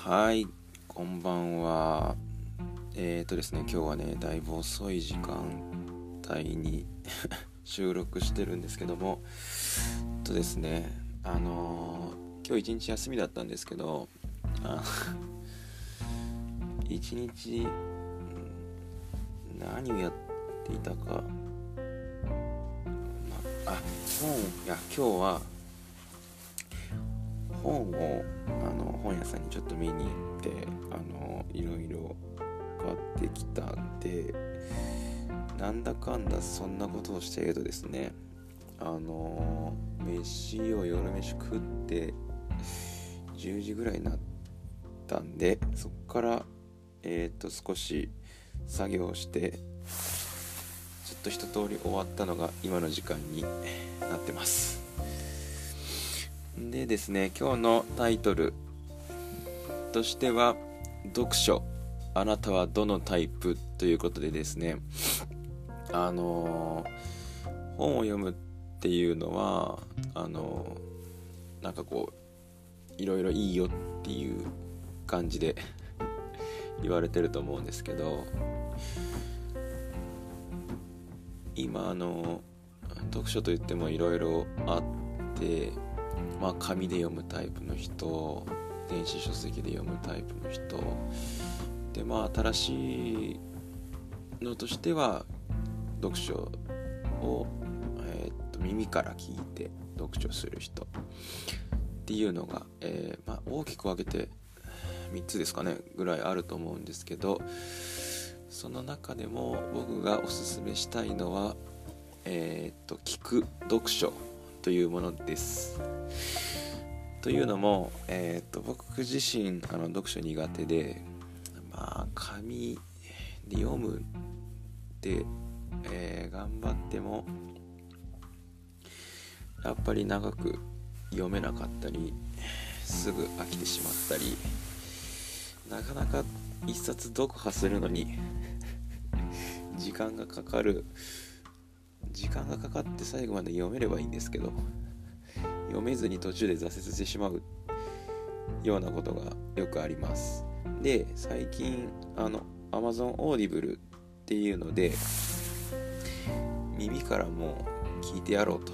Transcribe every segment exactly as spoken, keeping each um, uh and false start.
はい、こんばんは。えーとですね、今日はね、だいぶ遅い時間帯に収録してるんですけども、とですね、あのー、今日一日休みだったんですけど、あ一日何をやっていたか、まあ、本いや今日は本をあの本屋さんにちょっと見に行ってあのいろいろ買ってきたんで、なんだかんだそんなことをしているとですね、あの飯を夜飯食ってじゅうじぐらいになったんで、そこからえっと少し作業をしてちょっと一通り終わったのが今の時間になってます。でですね、今日のタイトルとしては読書、あなたはどのタイプということでですね、あのー、本を読むっていうのはあのー、なんかこういろいろいいよっていう感じで言われてると思うんですけど、今あの読書といってもいろいろあって、まあ、紙で読むタイプの人、電子書籍で読むタイプの人で、まあ新しいのとしては読書を、えー、っと耳から聞いて読書する人っていうのが、えーまあ、大きく分けてみっつですかねぐらいあると思うんですけど、その中でも僕がおすすめしたいのは、えー、っと聞く読書というものです。というのも、えー、っと僕自身あの読書苦手で、まあ紙で読むで、えー、頑張ってもやっぱり長く読めなかったり、すぐ飽きてしまったり、なかなか一冊読破するのに時間がかかる時間がかかって最後まで読めればいいんですけど、読めずに途中で挫折してしまうようなことがよくあります。で、最近あの Amazon Audible っていうので耳からもう聞いてやろうと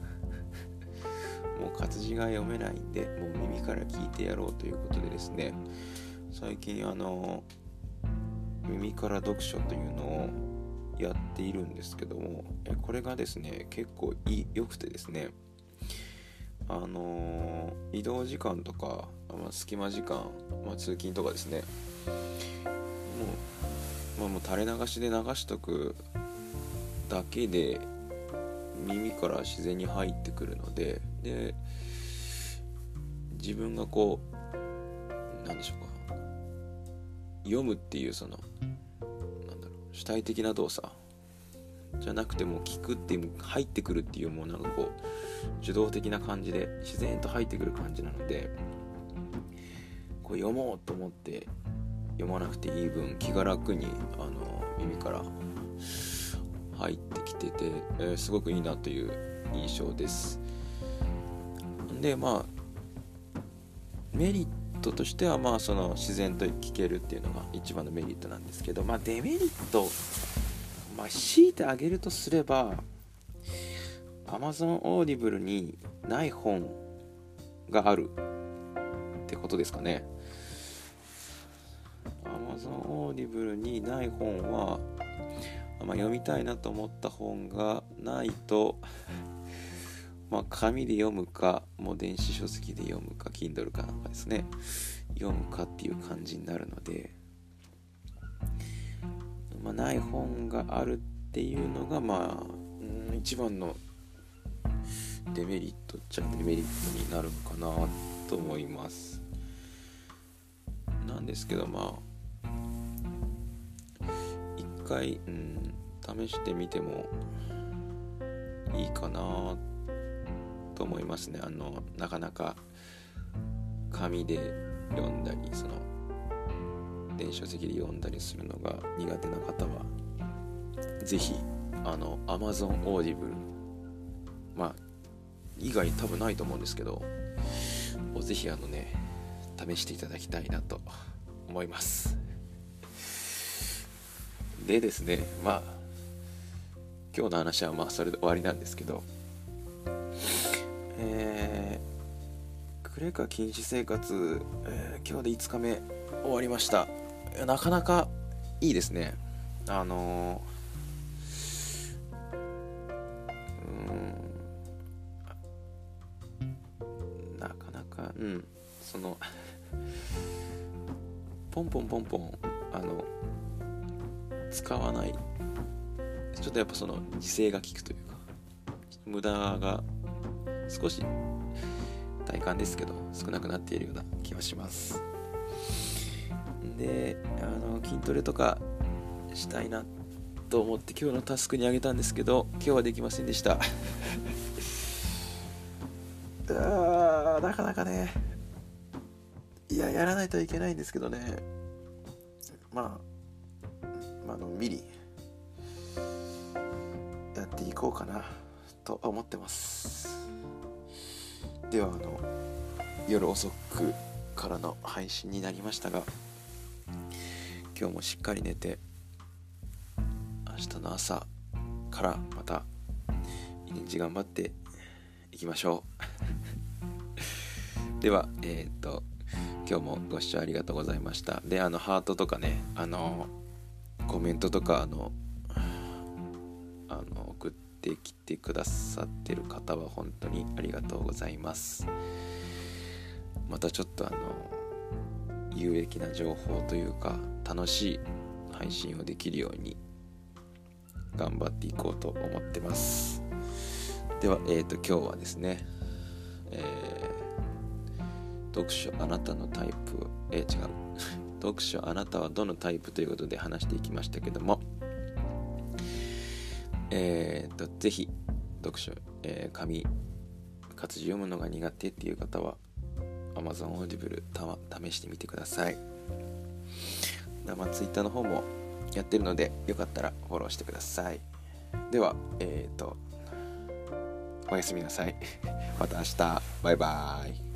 もう活字が読めないんで、もう耳から聞いてやろうということでですね、最近あの耳から読書というのをやっているんですけども、これがですね結構いい良くてですね、あのー、移動時間とか、まあ、隙間時間、まあ、通勤とかですね、もう、まあ、もう垂れ流しで流しとくだけで耳から自然に入ってくるので、で自分がこうなんでしょうか、読むっていうそのなんだろう主体的な動作じゃなくても聞くっていう入ってくるっていう、もうなんかこう受動的な感じで自然と入ってくる感じなので、こう読もうと思って読まなくていい分気が楽にあの耳から入ってきてて、えー、すごくいいなという印象です。で、まあメリットとしてはまあその自然と聞けるっていうのが一番のメリットなんですけど、まあデメリット、まあ強いてあげるとすれば Amazon Audible にない本があるってことですかね。 Amazon Audible にない本は、まあ、読みたいなと思った本がないとまあ紙で読むか、もう電子書籍で読むか Kindle かなんかですね読むかっていう感じになるので、まあ、ない本があるっていうのがまあ、うん、一番のデメリットっちゃデメリットになるかなと思います。なんですけど、まあ一回、うん、試してみてもいいかなと思いますね。あのなかなか紙で読んだりその電子書籍で読んだりするのが苦手な方はぜひあの Amazon Audible、 まあ以外多分ないと思うんですけど、ぜひあのね試していただきたいなと思います。でですね、まあ今日の話はまあそれで終わりなんですけど、えー、クレカ禁止生活、えー、今日でいつかめ終わりました。なかなかいいですね。あのー、うーんなかなかうんそのポンポンポンポンあの使わない、ちょっとやっぱその自制が効くというか、無駄が少し体感ですけど少なくなっているような気がします。で、あの筋トレとかしたいなと思って今日のタスクにあげたんですけど、今日はできませんでしたあなかなかね、いややらないといけないんですけどね、まあまあのんびりやっていこうかなと思ってます。ではあの夜遅くからの配信になりましたが、今日もしっかり寝て明日の朝からまた一日頑張っていきましょうではえー、っと今日もご視聴ありがとうございました。であのハートとかね、あのコメントとかあのあの送ってきてくださってる方は本当にありがとうございます。またちょっとあの有益な情報というか楽しい配信をできるように頑張っていこうと思ってます。では、えーと、今日はですね、えー、読書あなたのタイプ、えー、違う読書あなたはどのタイプということで話していきましたけども、えーとぜひ読書、えー、紙活字読むのが苦手っていう方は Amazon Audible た試してみてください。まあ、Twitter の方もやってるのでよかったらフォローしてください。ではえーとおやすみなさいまた明日、バイバイ。